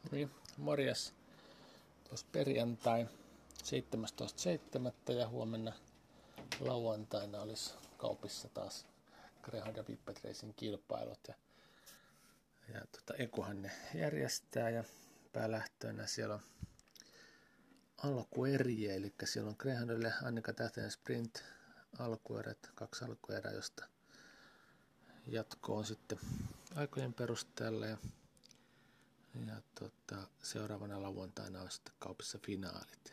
Niin, morjes. Tuossa perjantai 17.7. ja huomenna lauantaina olisi kaupissa taas Greyhound ja Whippet Racing kilpailut. Ja Ekuhan ne järjestää ja päälähtöönä siellä on alkueriä, eli siellä on Greyhoundille Annika Tähtinen Sprint alkuerät, 2 alkuerää, josta jatko on sitten aikojen perusteella ja seuraavana lauantaina on sitten kaupissa finaalit.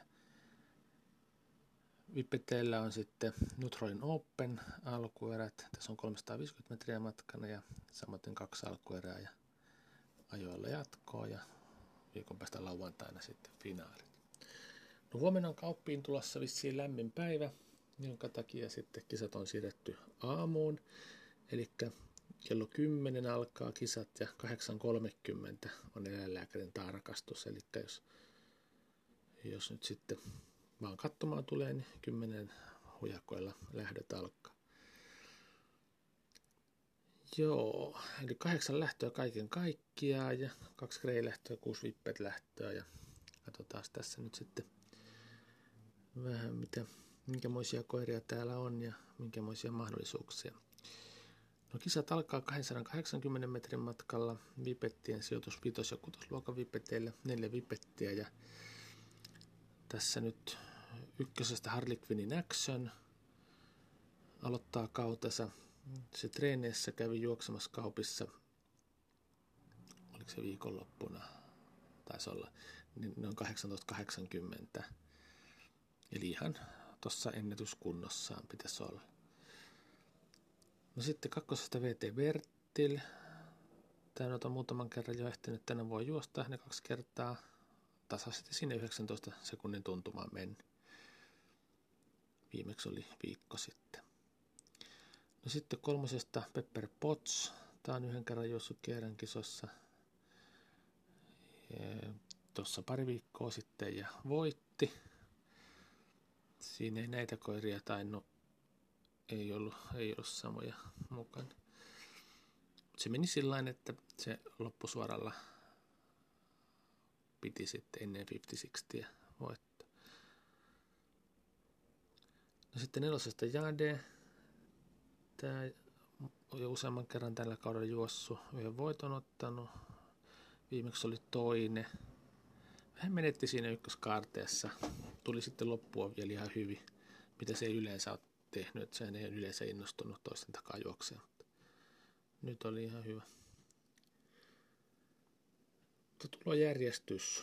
Whippetillä on sitten Neutralin Open alkuerät. Tässä on 350 metriä matkana ja samoin 2 alkuerää ja ajoilla jatkoa ja viikon päästä lauantaina sitten finaalit. No, huomenna on kauppiin tulossa vissiin lämmin päivä, jonka takia sitten kisat on siirretty aamuun. Eli kello 10 alkaa kisat ja 8.30 on eläinlääkärin tarkastus. Eli jos nyt sitten vaan katsomaan tulee, niin 10 hujakoilla lähdöt alkaa. Joo, eli 8 lähtöä kaiken kaikkiaan ja 2 Grey-lähtöä, 6 Whippet-lähtöä ja katsotaan tässä nyt sitten vähän minkämoisia koiria täällä on ja minkämoisia mahdollisuuksia. No, kisat alkaa 280 metrin matkalla, Whippettien sijoitus 5. ja 6. luokan Whippeteille, 4 Whippettiä ja tässä nyt ykkösestä Harley Quinnin Action aloittaa kautensa. Se treeneissä kävi juoksemassa kaupissa, oliko se viikonloppuna, taisi olla, niin noin 18.80. Eli ihan tuossa ennätyskunnossaan pitäisi olla. No sitten 2. VT Bertil. Tämä on muutaman kerran jo ehtinyt, tänään voi juosta ne 2 kertaa. Tasaisesti sinne 19 sekunnin tuntumaan meni. Viimeksi oli viikko sitten. No sitten 3. Pepper Potts. Tämä on 1 kerran juossut kierran kisossa. Tuossa pari viikkoa sitten ja voitti. Siinä ei näitä koiria tainnut, ei ollut samoja mukana. Se meni sillain, että se loppusuoralla piti sitten ennen 50-60 voittaa. No sitten 4. Jade. Tämä on jo useamman kerran tällä kaudella juossut, 1 voiton ottanut. Viimeksi oli 2. Vähän menetti siinä ykköskaarteessa. Tuli sitten loppua vielä ihan hyvin, mitä se ei yleensä ole tehnyt. Että sehän ei yleensä innostunut toisten takaa juokseen. Nyt oli ihan hyvä. Tulojärjestys.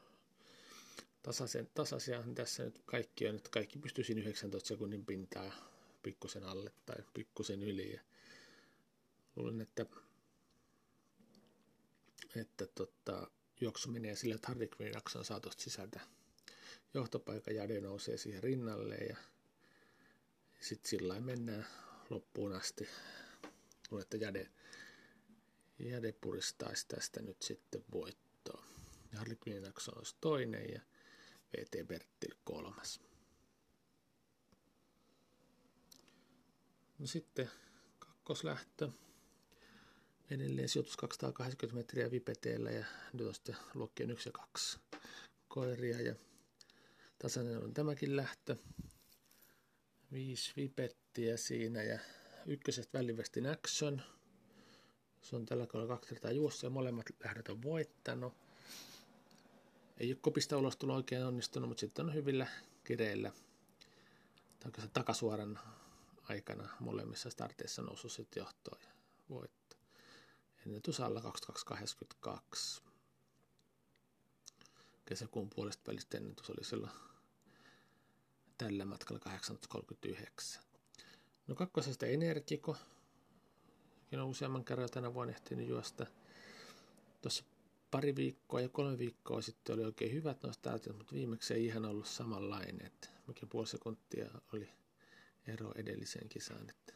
Tasaisiahan tässä nyt kaikki on, että kaikki pystyy siinä 19 sekunnin pintaa pikkusen alle tai pikkusen yli. Ja luulen, että juoksu menee sillä, että Harley Quinn Action saa tuosta sisältä johtopaikan, Jade nousee siihen rinnalle ja sitten sillä mennään loppuun asti. Luulen, että Jade puristaisi tästä nyt sitten voittoa. Harley Quinn Action olisi 2 ja VT Bertil 3. No sitten 2. lähtö. Edelleen sijoitus 280 metriä Whippeteillä ja nyt on sitten luokkien 1 ja 2 koiria ja tasainen on tämäkin lähtö. 5 Whippettiä siinä ja 1. Välivestin Action. Se on tällä kaudella 2 kertaa juossa ja molemmat lähdöt on voittanut. Ei ole kopista ulos tullut oikein onnistunut, mutta sitten on hyvillä kireillä takasuoran aikana molemmissa starteissa noussut sitten johtoon ja voitto. Ennätys alla 22.82. Kesäkuun puolesta välistä ennätys oli silloin tällä matkalla 18.39. No 2. Energiko. On useamman kerran tänä vuonna ehtinyt juosta. Tuossa pari viikkoa ja 3 viikkoa sitten oli oikein hyvät noista startit, mutta viimeksi ei ihan ollut samanlainen. Että mikä puoli sekuntia oli ero edelliseen kisaan. Että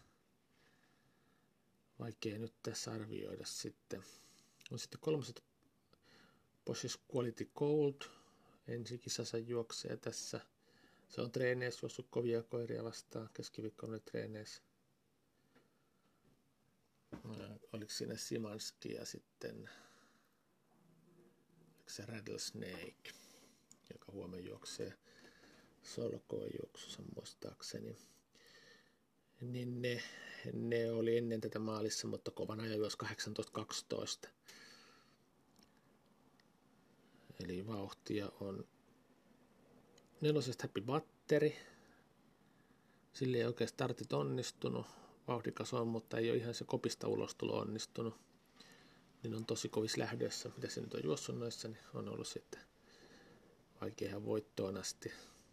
vaikea nyt tässä arvioida sitten. On sitten 3. Bosch's Quality Gold. Ensi kisassa juoksee tässä. Se on treeneissä juossut kovia koiria vastaan. Keskiviikkona oli treeneissä. Oliko siinä Simanski ja sitten se Rattlesnake, joka huomenna juoksee Solkoon juoksussa muistaakseni. Niin ne oli ennen tätä maalissa, mutta kovan ajan juosi 18.12. Eli vauhtia on 4. Happy Battery. Sille ei oikein startit onnistunut. Vauhdikas on, mutta ei ole ihan se kopista ulostulo onnistunut. Niin on tosi kovissa lähdössä, mitä se nyt on juossut noissa, niin on ollut sitten vaikea ihan voittoon asti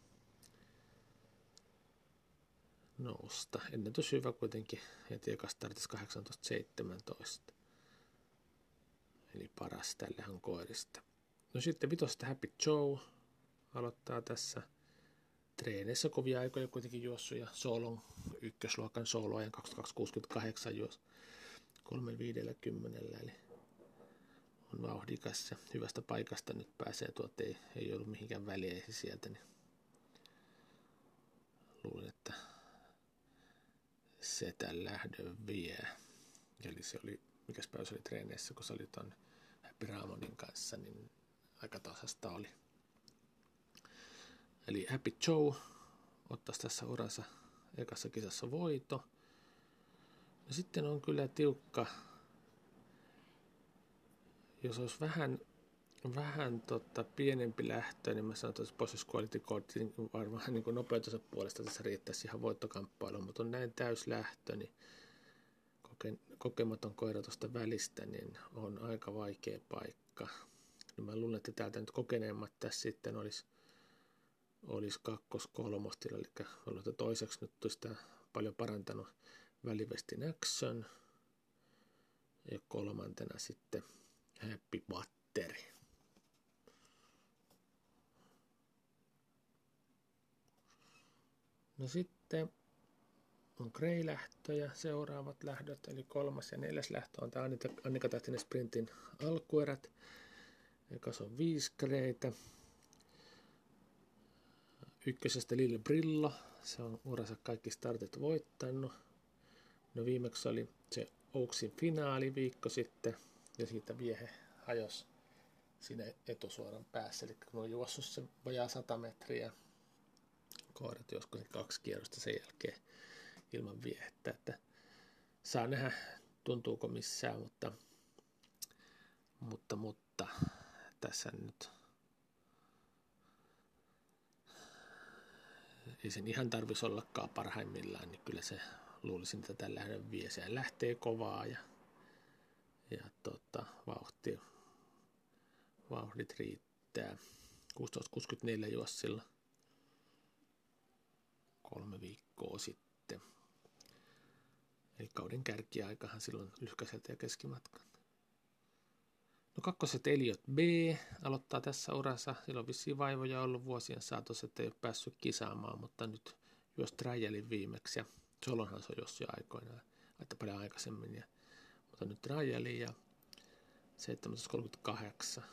nousta. Ennätys hyvä kuitenkin heti eka startissa 18.17. Eli paras tällähän koirista. No sitten 5. Happy Joe aloittaa tässä treeneissä kovia aikoja kuitenkin juossut ja soolon ykkösluokan sooloajan 22.68 juos 3.50, eli on vauhdikas ja hyvästä paikasta nyt pääsee tuolta, ei ollut mihinkään väliäisi sieltä, niin luulen, että se tämän lähdön vie. Eli se oli, mikäs päivä se oli treeneissä, kun se oli ton Happy Ramonin kanssa, niin aika tasasta oli. Eli Happy Joe ottaisi tässä uransa ekassa kisassa voito. Ja sitten on kyllä tiukka, jos olisi vähän pienempi lähtö, niin mä sanoin, että Possess Quality Code varmaan niin nopeutensa puolesta tässä riittäisi ihan voittokamppailuun, mutta on näin täyslähtö, niin kokematon koira tuosta välistä, niin on aika vaikea paikka. No mä luulen, että täältä nyt kokeneemmat tässä sitten olisi kakkos-kolmostilla, eli toiseksi nyt sitä paljon parantanut Välivestin Action ja kolmantena sitten Happy Battery. No sitten on Grey-lähtöjä, seuraavat lähdöt, eli 3. ja 4. lähtö on tämä Annika Tähtinen Sprintin alkuerät. Ekas on 5 Greytä. Ykkösestä Lille Brillo, se on uransa kaikki startit voittanut. No viimeksi oli se Oaksin finaali viikko sitten, ja siitä viehe hajosi siinä etusuoran päässä, eli kun on juossut se vajaa 100 metriä, koirat joskus 2 kierrosta sen jälkeen ilman viehettä, että saa nähdä tuntuuko missään, mutta tässä nyt ei sen ihan tarvitsisi ollakaan parhaimmillaan, niin kyllä se luulisin, että tällä lähdön vie. Se lähtee kovaa ja vauhdit riittää. 16.64 juossilla 3 viikkoa sitten. Eli kauden kärkiaikahan silloin lyhkäiseltä ja keskimatkan. No 2. Elliot B aloittaa tässä uransa. Sillä on vissiin vaivoja ollut vuosien saatossa, että ei ole päässyt kisaamaan, mutta nyt juosi trialin viimeksi. Ja Solonhan se on juossut jo aikoinaan, aika paljon aikaisemmin. Mutta nyt trialin ja 17.38.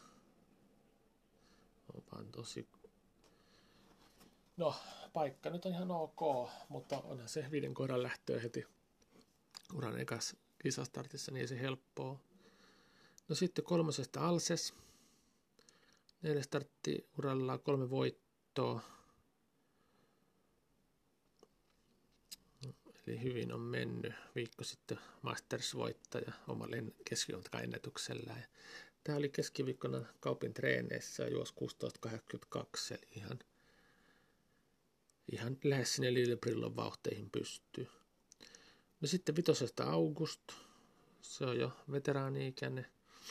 On vaan tosi... No, paikka nyt on ihan ok, mutta onhan se 5 koiran lähtöä heti uran ekas kisastartissa, niin ei se helppoa. No sitten 3. Alses. 4 startti uralla 3 voittoa. Eli hyvin on mennyt. Viikko sitten Masters-voittaja omalla keskimatkan ennätyksellä. Tämä oli keskiviikkona Kaupin treeneissä ja juosi 16.82, eli ihan lähes sinne Lille Brillon vauhteihin pystyy. No sitten 5. August. Se on jo veteraani-ikäinen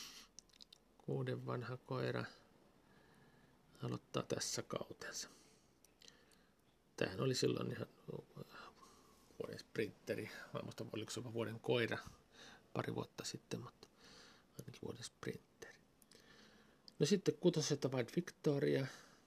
6 vanha koira. Aloittaa tässä kautensa. Tämähän oli silloin ihan vuoden sprinteri. Mä muistan, oliko se jopa vuoden koira pari vuotta sitten, mutta ainakin vuoden sprinteri. No sitten 6. White Victoria.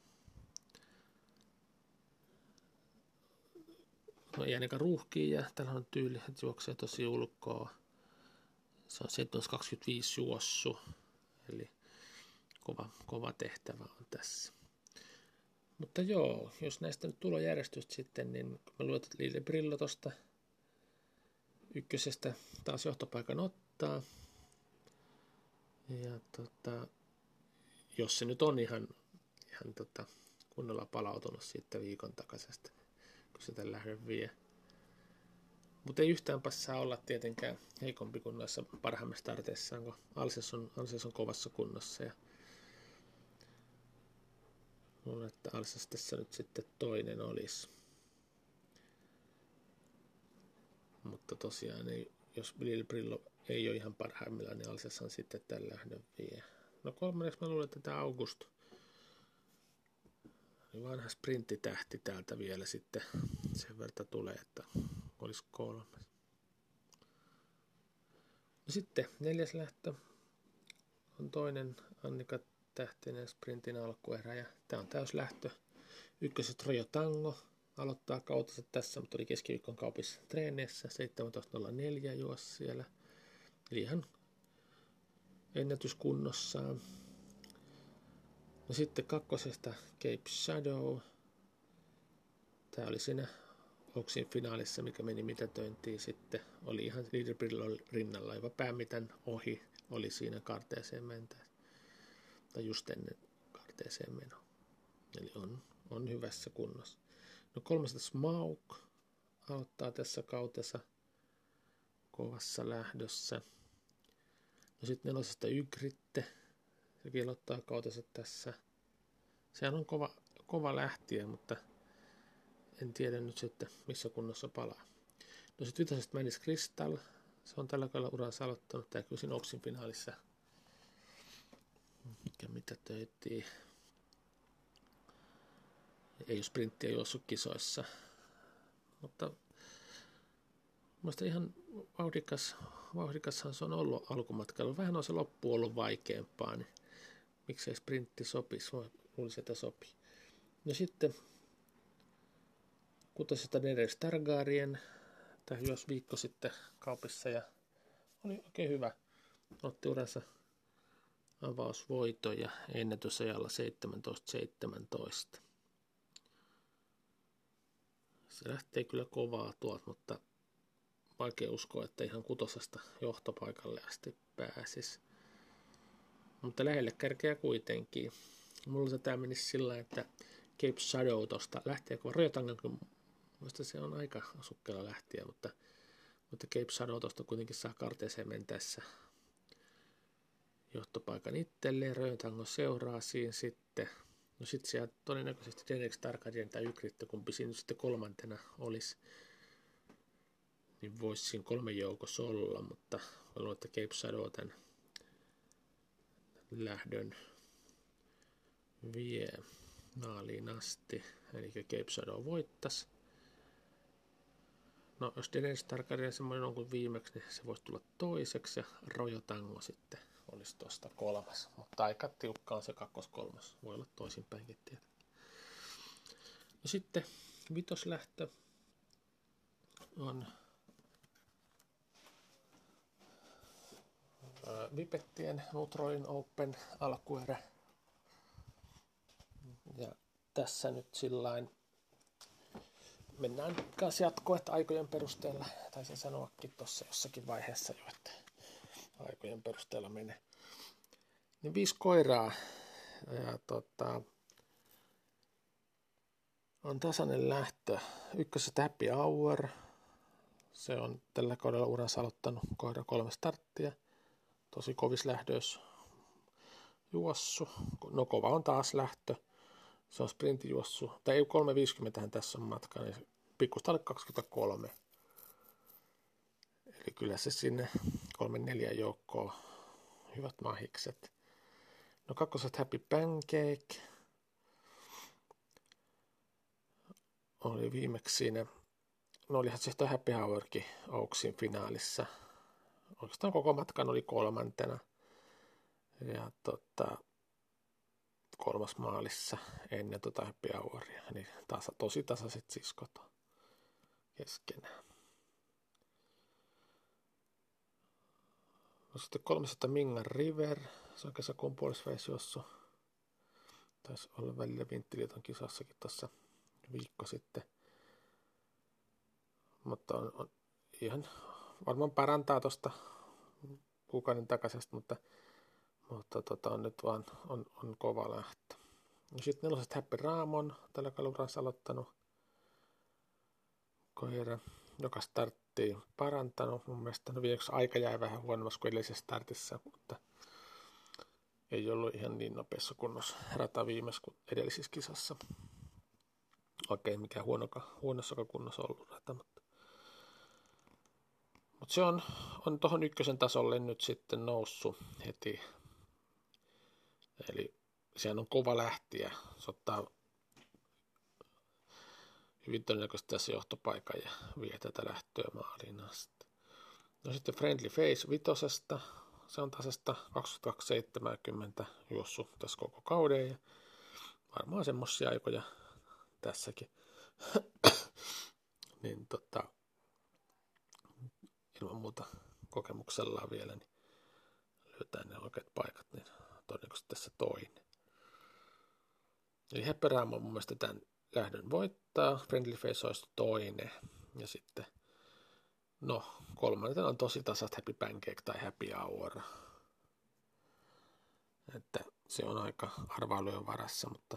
No ei ainakaan ruuhkiin ja tällä on tyyli, että juoksee tosi ulkoa. Se on 7.25 juossu, eli kova tehtävä on tässä. Mutta joo, jos näistä nyt tulojärjestystä sitten, niin mä luulen, että Lille Brillo tuosta ykkösestä taas johtopaikan ottaa. Ja jos se nyt on ihan kunnolla palautunut siitä viikon takaisesta, kun sitä lähden vie. Mutta ei yhtään passaa olla tietenkään heikompi kuin noissa parhaimmissa starteissaan, kun Alsace on kovassa kunnossa. Ja luulen, että Alsace tässä nyt sitten toinen olisi. Mutta tosiaan, jos Lille Brillo ei ole ihan parhaimmillaan, niin Alsace on sitten tämän lähdön vie. No kolmanneksi mä luulen, että tämä August, niin vanha sprinttitähti täältä vielä sitten sen verran tulee, että olisi 3. No sitten 4. lähtö on toinen Annika Tähtinen sprintin alkuerä ja tämä on täyslähtö. Ykköset Rojo Tango aloittaa kautensa tässä, mutta oli keskiviikon kaupissa treeneissä 17.04 juosi siellä. Eli ihan ennätyskunnossaan. No sitten kakkosesta Cape Shadow. Tämä oli siinä Oxin finaalissa, mikä meni mitätöintiin sitten. Oli ihan Leader Brillon rinnalla, jopa päämitän ohi oli siinä kaarteeseen mentäessä. Tai just ennen kaarteeseen menoa. Eli on hyvässä kunnossa. No 3. Smaug aloittaa tässä kautensa kovassa lähdössä. No sitten 4. Ygritte, sekin aloittaa kautensa tässä. Sehän on kova lähtiä, mutta en tiedä nyt sitten missä kunnossa palaa. No sitten 5. Madness Crystal, se on tällä kaudella uransa aloittanut. Tämä kyllä siinä Oxin finaalissa. Mitä töitiin. Ei ole sprinttiä juossut kisoissa. Mutta mielestäni ihan vauhdikashan se on ollut alkumatkalla. Vähän on se loppu ollut vaikeampaa, niin miksei sprintti sopisi. Luulisin, että sopii. No sitten 6. Daenerys Targaryen. Tämä juosi viikko sitten kaupissa ja oli oikein hyvä. Otti uransa avausvoiton ja ennätysajalla 17.17. Se lähtee kyllä kovaa tuolta, mutta vaikea uskoa, että ihan 6. johtopaikalle asti pääsisi. Mutta lähelle kärkeä kuitenkin. Mulla tämä menisi sillä, että Cape Shadow tosta lähtee, kun Rojotangan, mielestäni se on aika sukkela lähtiä, mutta Cape Shadow tosta kuitenkin saa karteeseen mentäessä johtopaikan itselleen. Rojotango seuraa siinä sitten. No sitten siellä todennäköisesti Daenerys Targaryen tai Ygritte, kumpi siinä sitten 3. olisi, niin voisi siinä 3 joukossa olla, mutta luulen, että Cape Shadow tämän lähdön vie maaliin asti, eli Cape Shadow voittaisi. No jos Daenerys Targaryen semmoinen on kuin viimeksi, niin se voisi tulla toiseksi ja Rojotango sitten olisi tuosta 3. Mutta aika tiukka on se 2.3. Voi olla toisinpäinkin tietenkin. No sitten 5. lähtö on Vipettien Nutroin Open alkuerä. Ja tässä nyt sillain mennään kanssa jatkoon, että aikojen perusteella, taisin sanoakin tuossa jossakin vaiheessa jo, että aikojen perusteella menee. Niin 5 koiraa ja on tasainen lähtö. 1. Happy Hour. Se on tällä kaudella uransa aloittanut koira 3 starttia. Tosi kovis lähdös juossu. No kova on taas lähtö. Se on sprinttijuossu. Tai ei 3.50 tässä on matka, niin pikkusta alle 23. Eli kyllä se sinne 3-4 joukkoon hyvät mahikset. No 2. Happy Pancake. Oli viimeksi siinä, no olihan se sitä Happy Hourkin Oaksin finaalissa. Oikeastaan koko matkan oli 3. Ja 3. maalissa ennen Happy Houria. Niin tosi tasaiset siskot keskenään. No sitten 300 Mingan River. Se on kesäkuun puolisvälissä juossu. Taisi olla välillä Vinttiliiton kisassakin tuossa viikko sitten. Mutta on ihan varmaan parantaa tuosta kuukauden takaisesta, mutta Mutta on nyt vaan on kova lähtö. No sitten 4 Happy Ramon tällä kaluransa aloittanut koira, joka starttiin parantanut. Mun mielestä no viimeksi aika jäi vähän huonommaksi kuin edellisessä startissa, mutta ei ollut ihan niin nopeassa kunnossa rata viimeksi kuin edellisissä kisassa. Oikein mikään huonossakaan kunnossa ollut rata, mutta se on tuohon ykkösen tasolle nyt sitten noussut heti. Eli sehän on kova lähtiä. Se ottaa hyvin todennäköisesti tässä johtopaikan ja vie tätä lähtöä maaliin asti. No sitten Friendly Face vitosesta. Se on tasasta 22.70 juossut tässä koko kauden ja varmaan semmoisia aikoja tässäkin. niin ilman muuta kokemuksellaan vielä niin löytää ne oikeat paikat, niin todennäköisesti tässä toinen. Eli Happy Ramo mun mielestä tämän lähdön voittaa, Friendly Face olisi toinen ja sitten kolmantena on tosi tasat Happy Pancake tai Happy Hour. Että se on aika arvailujen varassa, mutta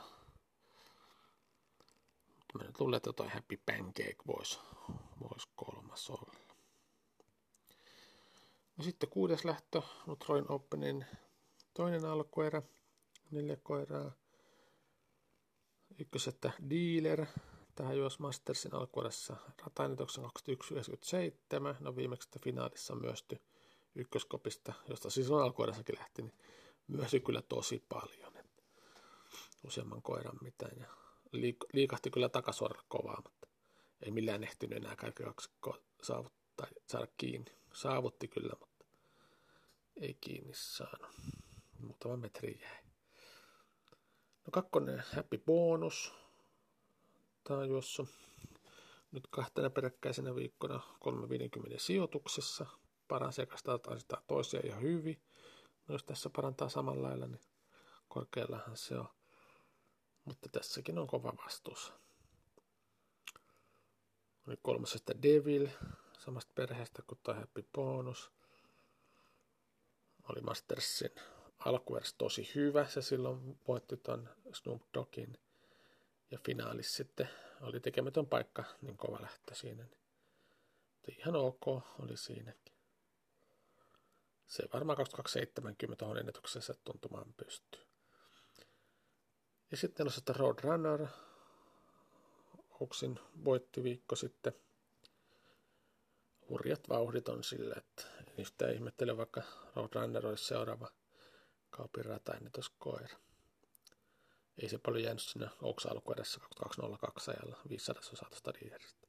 mä nyt luulen, että toi Happy Pancake voisi kolmas olla. No sitten 6. lähtö, Troyn Openin toinen alkuerä, 4 koiraa. Ykkösettä Dealer, tähän juosi Mastersin alkuerässä ratainitoksen 21.97. No viimeksi finaalissa on myösty ykköskopista, josta siis on alkuerässäkin lähti, niin myösy kyllä tosi paljon. Että useamman koiran mitään ja liikahti kyllä takasuoralla kovaa, mutta ei millään ehtinyt enää kaikki kaksikkoa saada kiinni. Saavutti kyllä, mutta ei kiinni saanut. Muutama metri jäi. No 2. Happy Bonus. Tämä on juossut nyt 2 peräkkäisenä viikkona 350 sijoituksessa. Paransi ekasta taisitaan toisia ihan hyvin. No jos tässä parantaa samalla lailla, niin korkeallahan se on. Mutta tässäkin on kova vastuus. Oli 3. Devil, samasta perheestä kuin tämä Happy Bonus. Oli Mastersin alkuerässä tosi hyvä. Se silloin voitti ton Snoop Doggin. Ja finaalissa sitten oli tekemätön paikka, niin kova lähtö siinä. Niin ihan ok oli siinäkin. Se varmaan 22.70 tuohon ennätyksessä tuntumaan pystyy. Ja sitten on sitten Roadrunner. Oaksin voitti viikko sitten. Hurjat vauhdit on sille, että niistä ei ihmettele, vaikka Roadrunner olisi seuraava kaupin ratainnetuskoira. Ei se paljon jäänyt sinne Oaks alkuedessä 2202 ajalla 500 tuosta Dealerista.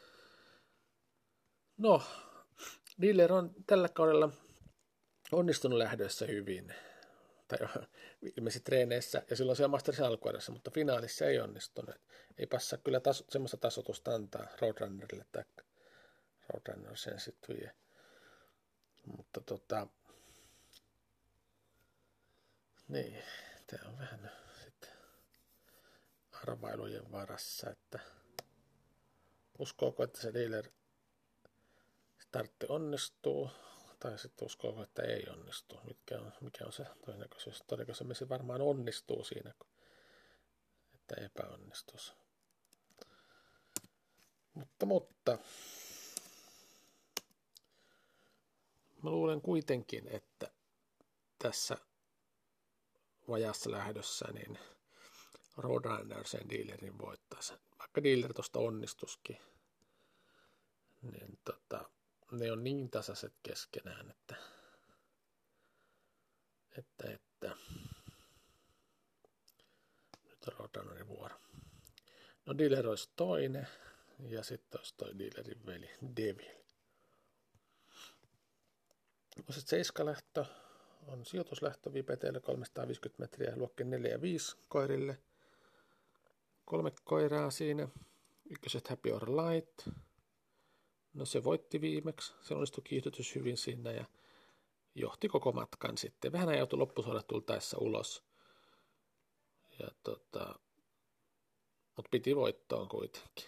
No, Dealer on tällä kaudella onnistunut lähdössä hyvin. Tai ilmeisesti treeneissä ja silloin siellä Mastersin alkuedessä, mutta finaalissa ei onnistunut. Ei passaa kyllä semmoista tasotusta antaa Roadrunnerille tai Roadrunner sen sitten vie. Mutta niin, tämä on vähän sitten arvailujen varassa, että uskooko, että se Dealer startti onnistuu, tai sitten uskooko, että ei onnistu. Mikä on se todennäköisyys? Todennäköisemmin se varmaan onnistuu siinä, että epäonnistus. Mutta mä luulen kuitenkin, että tässä vajaassa lähdössä niin Roadrunner sen Dealerin voittaisi. Vaikka Dealer tuosta onnistuskin, niin ne on niin tasaiset keskenään, että nyt on Roadrunnerin vuoro. No Dealer olisi toinen ja sitten olisi toi Dealerin veli Devil. No sitten 7. lähtö on sijoituslähtö VPT:lle 350 metriä luokkien 4 ja 5 koirille. 3 koiraa siinä. Ykköset Happy or Light. No se voitti viimeksi. Se onnistui kiihdytys hyvin siinä ja johti koko matkan sitten. Vähän ajautui loppusuorat tultaessa ulos. Ja mutta piti voittoon kuitenkin.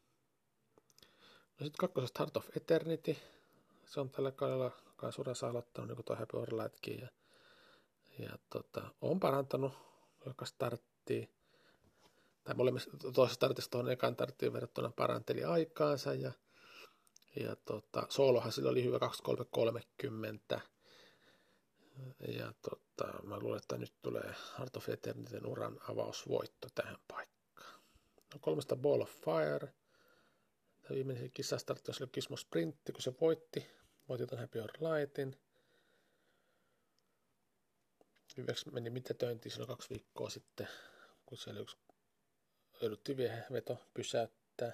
No sitten 2. Heart of Eternity. Se on tällä kaudella kanssa urassa aloittanut niin kuin tuo Happy or Lightkin. Ja olen parantanut joka starttiin. Tai molemmissa toisessa startissa tuohon ekan starttiin verrattuna paranteli aikaansa. Ja soolohan sillä oli hyvä 23.30. Ja mä luulen, että nyt tulee Heart of Eternityn uran avausvoitto tähän paikkaan. No 3 Ball of Fire. Tämä viimeinen kisastartti oli Gizmo Sprintti, kun se voitti ton Happy or Lightin. Hyväksi meni mitätöintiin silloin 2 viikkoa sitten, kun siellä yksi veto pysäyttää.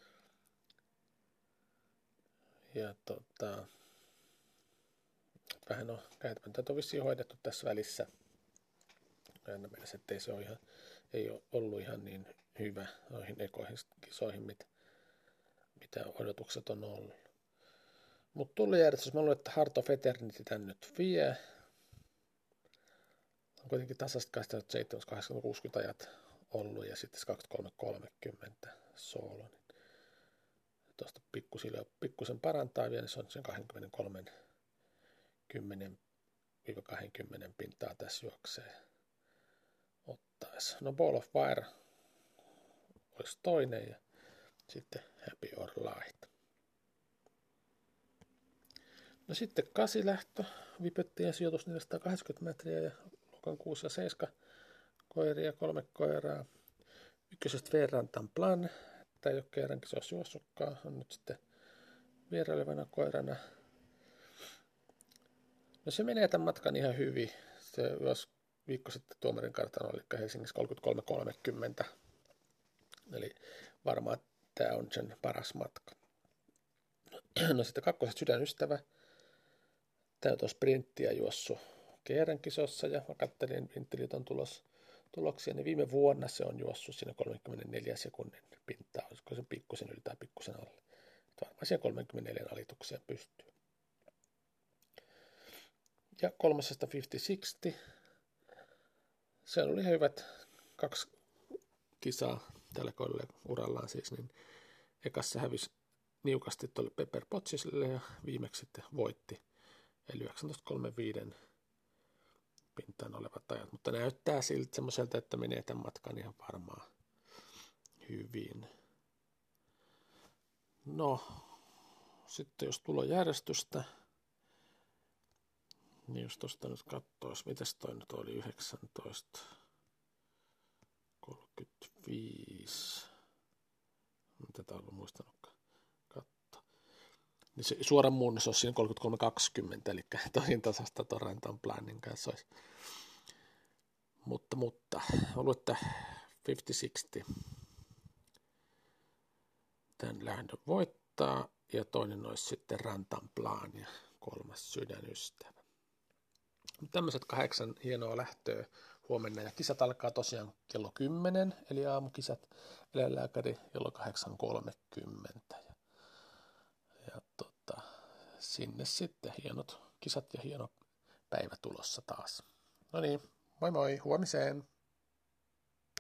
Ja vähän on käytäväntä vissiin hoidettu tässä välissä. Aina mielessä, ettei se ole ei ole ollut ihan niin hyvä noihin ekoihin kisoihin, mitä odotukset on ollut. Mutta tullijärjestys, mä luulen, että Heart of Eternity tän nyt vie. On kuitenkin tasasta 27-80 ajat ollut ja sitten 23.30 soolo. Niin tuosta pikkusen parantaa vielä, niin se on sen 10-20 pintaa tässä juoksee ottaessa. No Ball of Fire olisi toinen ja sitten Happy or Light. No sitten 8 lähtö, vipettiin sijoitus 480 metriä ja luokan 6 ja 7 koiria, 3 koiraa. Ykkösestä Verrantan Plan, tämä ei ole kerrankin, se olisi juossutkaan, on nyt sitten vierailevana koirana. No se menee tämän matkan ihan hyvin. Se juosi viikko sitten tuomarin kartano, eli Helsingissä 33.30. Eli varmaan tämä on sen paras matka. No sitten 2 Sydänystävä. Tämä on sprinttiä juossut GR:n-kisossa ja mä kattelin Intelliton tuloksia, niin viime vuonna se on juossut siinä 34 sekunnin pintaa, olisiko se pikkusen yli tai pikkusen alle. Varmaan siihen 34 alitukseen pystyy. Ja 3 50-60. Se oli hyvät 2 kisaa tällä kohdalla urallaan siis, niin ekassa hävisi niukasti tuolle Pepper Pottsille ja viimeksi sitten voitti. Eli 19.35 pintaan olevat ajat, mutta näyttää siltä semmoiselta, että menee tämän matkan ihan varmaan hyvin. No, sitten jos tulojärjestystä, niin jos tuosta nyt katsoisi, mitäs toi nyt oli 19.35, mitä tää on ollut muistanutkaan katsoa. Niin se suoran muunnos olisi siinä 33.20, eli tosin tasasta tuon Rantan Planin kanssa olisi. Mutta mä luulen, että 50-60 tämän lähdön voittaa, ja toinen olisi sitten Rantan Plan ja 3 Sydänystävä. Tämmöiset 8 hienoa lähtöä huomenna, ja kisat alkaa tosiaan kello 10, eli aamukisat, eläinlääkäri kello 8.30. Ja sinne sitten hienot kisat ja hieno päivä tulossa taas. No niin, moi moi, huomiseen!